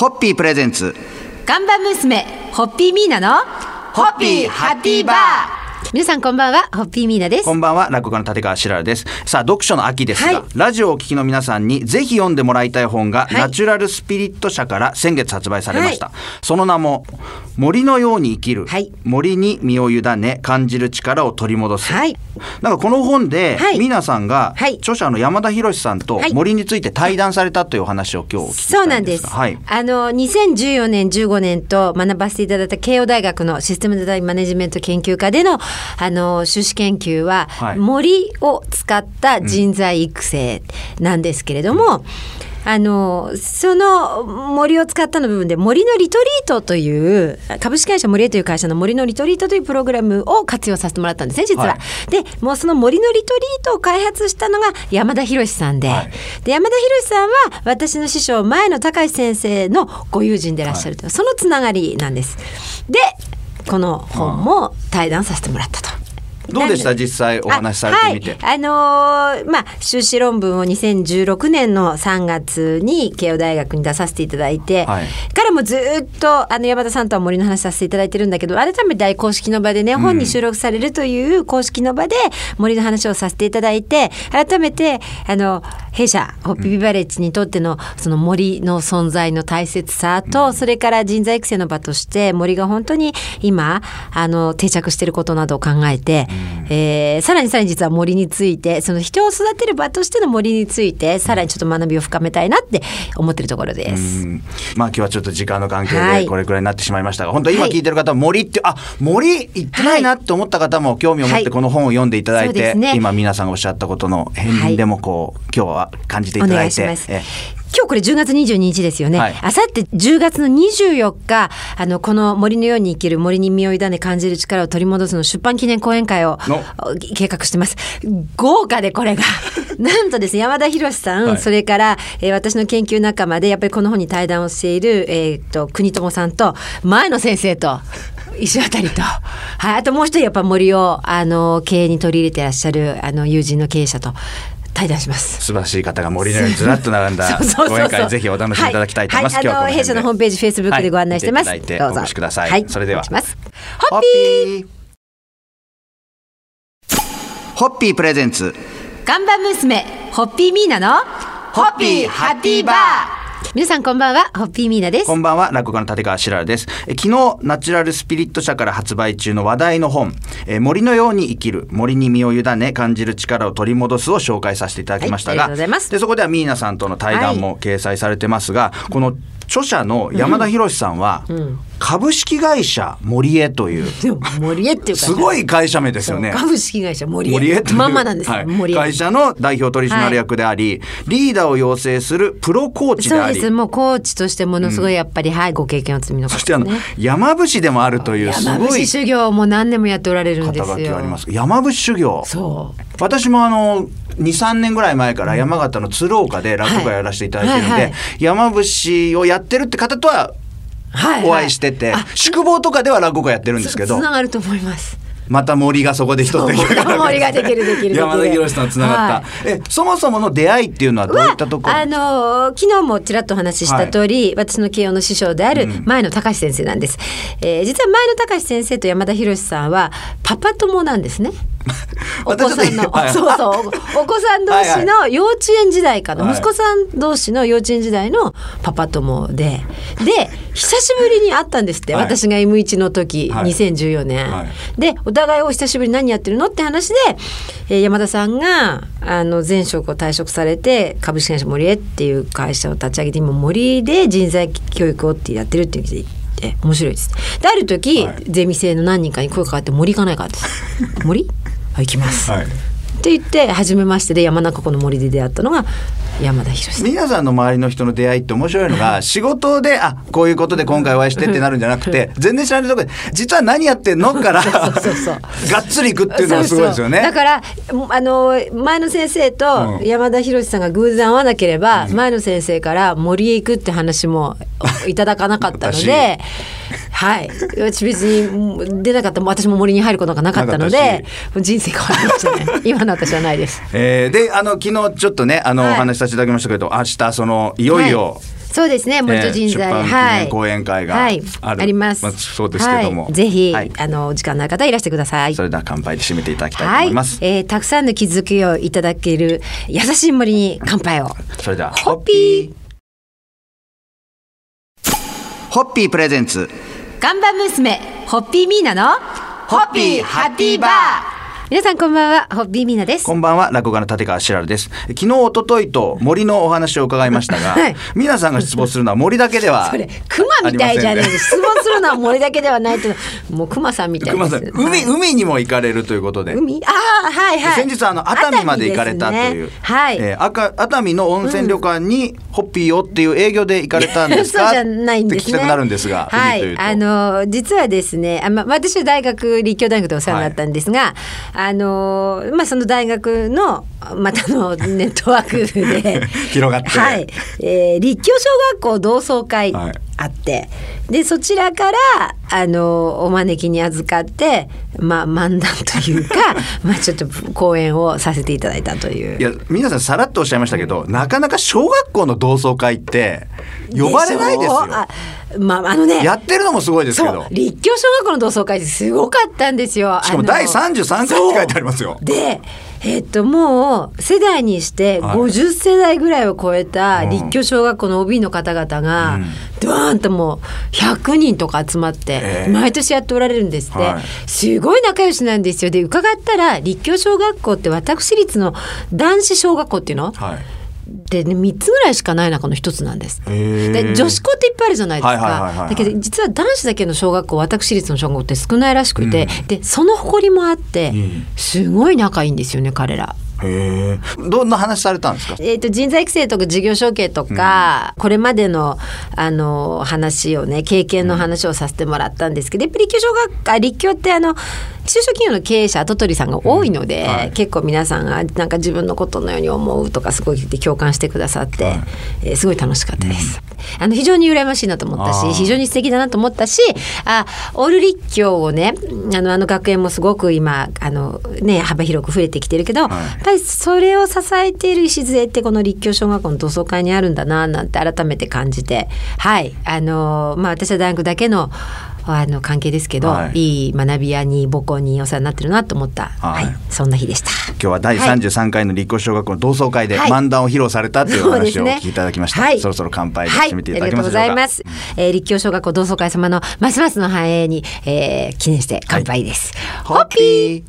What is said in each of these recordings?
ホッピープレゼンツガンバ娘ホッピーミーナのホッピーハッピーバー。 皆さんこんばんは、ホッピーミーナです。 こんばんは、落語家の立川しららです。さあ、読書の秋ですが、 はい、 ラジオをお聞きの皆さんにぜひ読んでもらいたい本が、 はい、 ナチュラルスピリット社から先月発売されました、 はい、 その名も森のように生きる、 はい、 森に身を委ね感じる力を取り戻す、 はい、 なんかこの本で、 はい、 皆さんが、 はい、 著者の山田博さんと森について対談されたというお話を今日お聞きしたいんですが、 そうなんです、はい、2014年15年と学ばせていただいた慶応大学のシステムデザインマネジメント研究科での修士研究は、はい、森を使った人材育成なんですけれども、その森を使ったの部分で森のリトリートという株式会社森へという会社の森のリトリートというプログラムを活用させてもらったんですね、実は、はい、でもうその森のリトリートを開発したのが山田博さん で山田博さんは私の師匠前野隆先生のご友人でいらっしゃるという、はい、そのつながりなんです。でこの本も対談させてもらったと。 どうでした実際お話しされてみて。 修士論文を2016年の3月に慶応大学に出させていただいて、はい、からもずっと山田さんとは森の話させていただいてるんだけど、改めて公式の場でね、本に収録されるという公式の場で森の話をさせていただいて、改めて弊社ホッピービバレッジにとってのその森の存在の大切さと、それから人材育成の場として森が本当に今定着していることなどを考えて、さらに実は森について、その人を育てる場としての森についてさらにちょっと学びを深めたいなって思ってるところです。 今日はちょっと時間の関係でこれくらいになってしまいましたが、本当今聞いてる方は森って、森行ってないなって思った方も興味を持ってこの本を読んでいただいて、今皆さんがおっしゃったことの片鱗でも今日は感じていただいて、お願いします。 今日これ10月22日ですよね。あさって10月の24日この森のように生きる森に身を委ね感じる力を取り戻すの出版記念講演会を計画してます。豪華でこれがなんとですね、山田博さん、はい、それから、私の研究仲間でやっぱりこの本に対談をしている、国友さんと前野先生と石渡と、はい、あともう一人やっぱ森を経営に取り入れていらっしゃる友人の経営者と対談します。 素晴らしい方が森のようにずらっと並んだ講演会、ぜひお楽しみいただきたいと思います。 はいはい、弊社のホームページ Facebook でご案内してます。 はい、見ていただいてお越しください。はい、それではホッピープレゼンツガンバ娘ホッピーミーナのホッピーハッピーバー。 皆さんこんばんは、ホッピーミーナです。 こんばんは、落語家の立川しららです。昨日ナチュラルスピリット社から発売中の話題の本、森のように生きる森に身を委ね感じる力を取り戻すを紹介させていただきましたが、 はい、ありがとうございます。 でそこではミーナさんとの対談も掲載されてますが、この著者の山田博さんは、株式会社森へという、 森へっていうかすごい会社名ですよね。 株式会社森へというまんまなんです、はい、森へ会社の代表取締役であり、リーダーを養成するプロコーチであり、 そうです、もうコーチとしてものすごいやっぱり、ご経験を積み残して、 そして山伏でもあるというすごい山伏修行も何年もやっておられるんですよ。 肩書きあります。山伏修行、 そう私も2、3年ぐらい前から山形の鶴岡で落語会やらせていただいてるので、山伏をやってるって方とはお会いしてて、宿坊とかでは落語会やってるんですけど、 つながると思います。 また森がそこで一つできる森ができる山田博さんつながった、そもそもの出会いっていうのはどういったところ？ 昨日もちらっとお話しした通り、私の慶応の師匠である前野隆先生なんです。実は前野隆先生と山田博さんはパパ友なんですね。お子さんの、お子さん同士の幼稚園時代かな、息子さん同士の幼稚園時代のパパ友で久しぶりに会ったんですって、私が M1 の時、2014年、でお互いお久しぶりに何やってるのって話で、山田さんが前職を退職されて株式会社森へっていう会社を立ち上げて、今森で人材教育をってやってるっていう時で面白いです。である時、ゼミ生の何人かに声かかって、森行かないかって森行きます、って言って初めましてで山中湖の森で出会ったのが山田博さん。 皆さんの周りの人の出会いって面白いのが、仕事でこういうことで今回お会いしてってなるんじゃなくて、全然知らないところで実は何やってんのからがっつりいくっていうのがすごいですよね。 だから前野先生と山田博さんが偶然会わなければ、前野先生から森へ行くって話もいただかなかったので私別に出なかった、私も森に入ることがなかったので人生変わりましたね。今の私はないです。 で昨日ちょっとねお話しさせていただきましたけど、明日いよいよそうですね、森と人材、 出版記念講演会があります、 そうですけども、 ぜひ、お時間のある方いらしてください。 それでは乾杯で締めていただきたいと思います。 たくさんの気づきをいただける優しい森に乾杯を。 それではホッピープレゼンツ看板娘ホッピーミーナのホッピーハッピーバー。 皆さんこんばんは、ホッピーミーナです。 こんばんは、落語家の立川しらるです。昨日一昨日と森のお話を伺いましたが、ミーナさんが失望するのは森だけではそれクマみたいじゃねえ、失望するのは森だけではないともうクマさんみたいです。 海にも行かれるということで、先日熱海まで行かれたという、熱海の温泉旅館にホッピーをっていう営業で行かれたんですか？ そうじゃないんですね。 って聞きたくなるんですが、 実はですね、私は大学立教大学でお世話になったんですが、その大学のまたのネットワークで広がって、 立教小学校同窓会あって、でそちらからお招きに預かって、漫談というかちょっと講演をさせていただいたという。 いや皆さんさらっとおっしゃいましたけど、なかなか小学校の同窓会って呼ばれないですよ。やってるのもすごいですけど、 立教小学校の同窓会ってすごかったんですよ。 しかも第33回って書いてありますよ。 でもう世代にして50世代ぐらいを超えた立教小学校の OB の方々がドーンともう100人とか集まって毎年やっておられるんですって、すごい仲良しなんですよ。で伺ったら、立教小学校って私立の男子小学校っていうの、で3つぐらいしかない中の一つなんです。で女子校っていっぱいあるじゃないですか。だけど実は男子だけの小学校、私立の小学校って少ないらしくて、でその誇りもあってすごい仲いいんですよね、彼ら。 どんな話されたんですか？ 人材育成とか事業承継とか、これまでの話をね、経験の話をさせてもらったんですけど、やっぱり立教って中小企業の経営者跡取りさんが多いので、結構皆さんがなんか自分のことのように思うとかすごい共感してくださって、すごい楽しかったです。非常に羨ましいなと思ったし、非常に素敵だなと思ったし、オール立教をね、学園もすごく今幅広く増えてきてるけど、やっぱりそれを支えている礎ってこの立教小学校の同窓会にあるんだななんて改めて感じて、私は大学だけの関係ですけど、いい学び屋に母校にお世話になってるなと思った、そんな日でした。 今日は第33回の立教小学校の同窓会で漫談を披露されたというお話を聞きいただきました。そろそろ乾杯で締めていただけますでしょうか？ありがとうございます。 立教小学校同窓会様のますますの繁栄に、記念して乾杯です。 ホッピ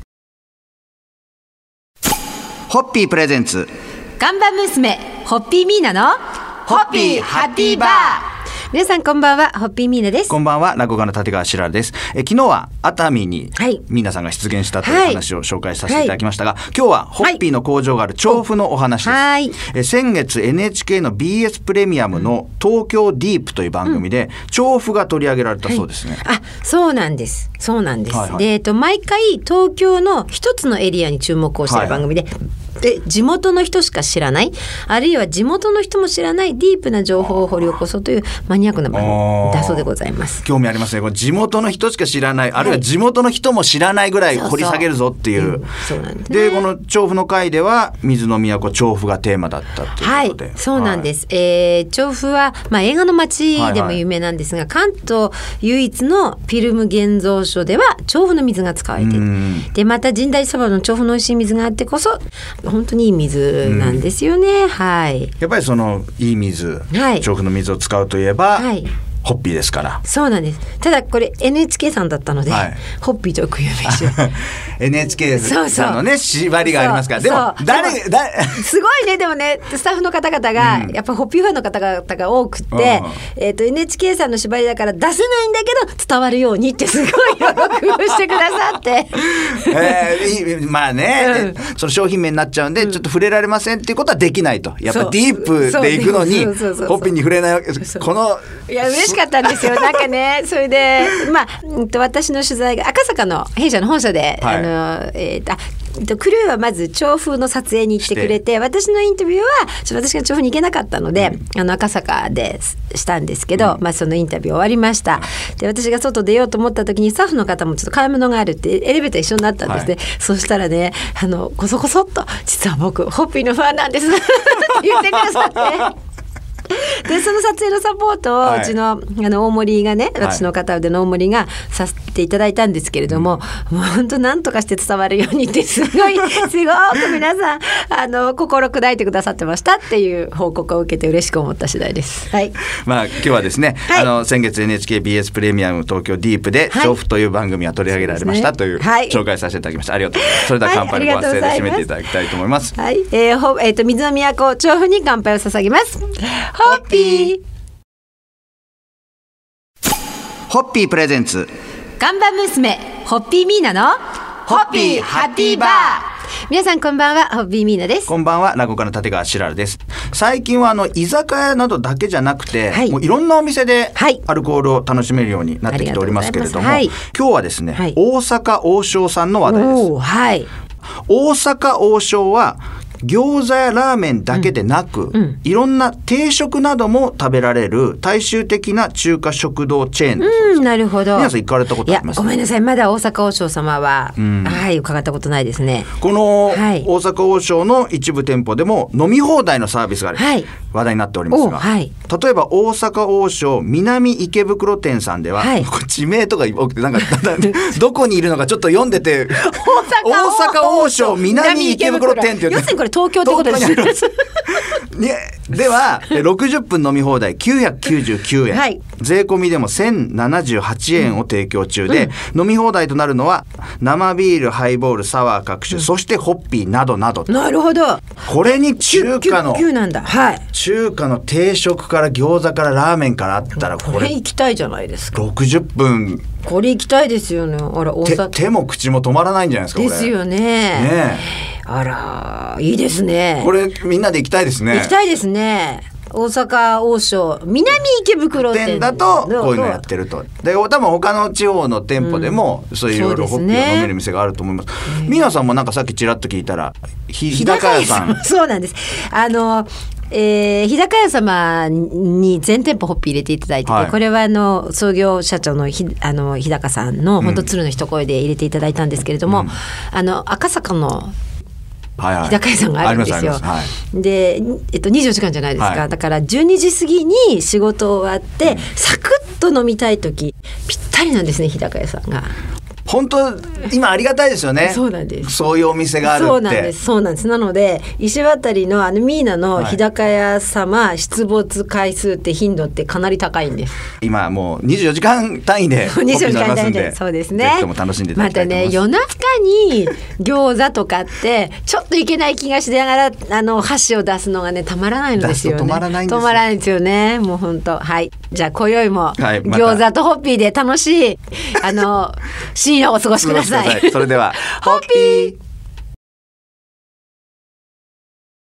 ープレゼンツ看板娘ホッピーミーナのホッピーハッピーバー。 皆さんこんばんは、ホッピーミーナです。 こんばんは、落語家の立川しらるです。昨日は熱海にミーナさんが出現したという話を紹介させていただきましたが、今日はホッピーの工場がある調布のお話です。先月 NHK の BS プレミアムの東京ディープという番組で、調布が取り上げられたそうですね。 そうなんです。で、毎回東京の一つのエリアに注目をしている番組で、地元の人しか知らない、あるいは地元の人も知らないディープな情報を掘り起こそうというマニアックな番組だそうでございます。 興味ありますね。これ地元の人しか知らない、あるいは地元の人も知らないぐらい掘り下げるぞっていう。 そうなんですね。 でこの調布の会では水の都調布がテーマだったということで、 そうなんです。調布は、映画の街でも有名なんですが、関東唯一のフィルム現像所では調布の水が使われている。でまた深大そばの調布の美味しい水があってこそ本当にいい水なんですよね。やっぱりそのいい水、調布の水を使うといえば、ホッピーですから。そうなんです。 ただこれ NHK さんだったので、ホッピーとよく有名ですよ。 NHK さんのね縛りがありますから。でもすごいね。でもね、スタッフの方々が、やっぱホッピーファンの方々が多くて、NHK さんの縛りだから出せないんだけど伝わるようにってすごい工夫してくださって。 その商品名になっちゃうんで、ちょっと触れられませんっていうことはできないと。やっぱディープで行くのにホッピーに触れないわけです。この嬉しかったんですよ。なんかね、それで私の取材が赤坂の弊社の本社で、クルーはまず調布の撮影に行ってくれて、私のインタビューは私が調布に行けなかったので、赤坂でしたんですけど、そのインタビュー終わりました。で私が外出ようと思った時にスタッフの方もちょっと買い物があるってエレベーター一緒になったんですね。そしたらね、こそこそっと実は僕ホッピーのファンなんですって言ってくださって。 でその撮影のサポートをうちの、大森がね、私の方での大森がさせていただいたんですけれども、もう本当なんとかして伝わるようにってすごく皆さん心砕いてくださってましたっていう報告を受けて嬉しく思った次第です。はい。 まあ今日はですね、先月 NHKBS プレミアム東京ディープで調布という番組が取り上げられましたという紹介させていただきました。ありがとうございます。それでは乾杯のご発声で締めていただきたいと思います。 はい。水の都調布に乾杯を捧げます。ホッピー。 ホッピープレゼンツ看板娘ホッピーミーナのホッピーハッピーバー。皆さんこんばんは、ホッピーミーナです。 こんばんは、落語家の立川しらるです。最近は居酒屋などだけじゃなくて、もういろんなお店でアルコールを楽しめるようになってきておりますけれども、今日はですね、大阪王将さんの話題です。大阪王将は餃子やラーメンだけでなく、いろんな定食なども食べられる大衆的な中華食堂チェーンです。 なるほど。 皆さん行かれたことありますか？ ごめんなさい、まだ大阪王将様は、伺ったことないですね。 この大阪王将の一部店舗でも飲み放題のサービスがある、話題になっておりますが、例えば大阪王将南池袋店さんでは、地名とか多くてなんかどこにいるのかちょっと読んでて大阪王将南池袋店って要するにこれ東京ってことですでは60分飲み放題999円、税込みでも1078円を提供中で、飲み放題となるのは生ビール、ハイボール、サワー各種、そしてホッピーなどなど。 なるほど。 これに中華の中華の定食から餃子からラーメンからあったらこれ行きたいじゃないですか。 60分これ行きたいですよね。あら、 手も口も止まらないんじゃないですか。 ですよね。あら、いいですね。 これみんなで行きたいですね。 行きたいですね。大阪王将南池袋店だとこういうのやってると。で多分他の地方の店舗でもそういういろいろホッピーを飲める店があると思います。皆さんもなんかさっきちらっと聞いたら日高屋さんそうなんです。日高屋様に全店舗ホッピー入れていただいてて、これは創業社長の日高さんの本当鶴の一声で入れていただいたんですけれども、赤坂の日高屋さんがあるんですよ。で、24時間じゃないですか。だから12時過ぎに仕事終わって、サクッと飲みたい時ぴったりなんですね、日高屋さんが。 本当今ありがたいですよね。 そうなんです。 そういうお店があるって。 そうなんです。なので石渡のミーナの日高屋様出没回数って頻度ってかなり高いんです。 今もう24時間単位で 24時間単位で、そうですね。 ぜひとも楽しんでいただきたいと思います。 またね、夜中に餃子とかってちょっといけない気がしながら箸を出すのがねたまらないのですよね。 止まらないんですよ。 止まらないんですよね。もう本当。じゃあ今宵も餃子とホッピーで楽しい深夜をお過ごしください。 それではホッピー。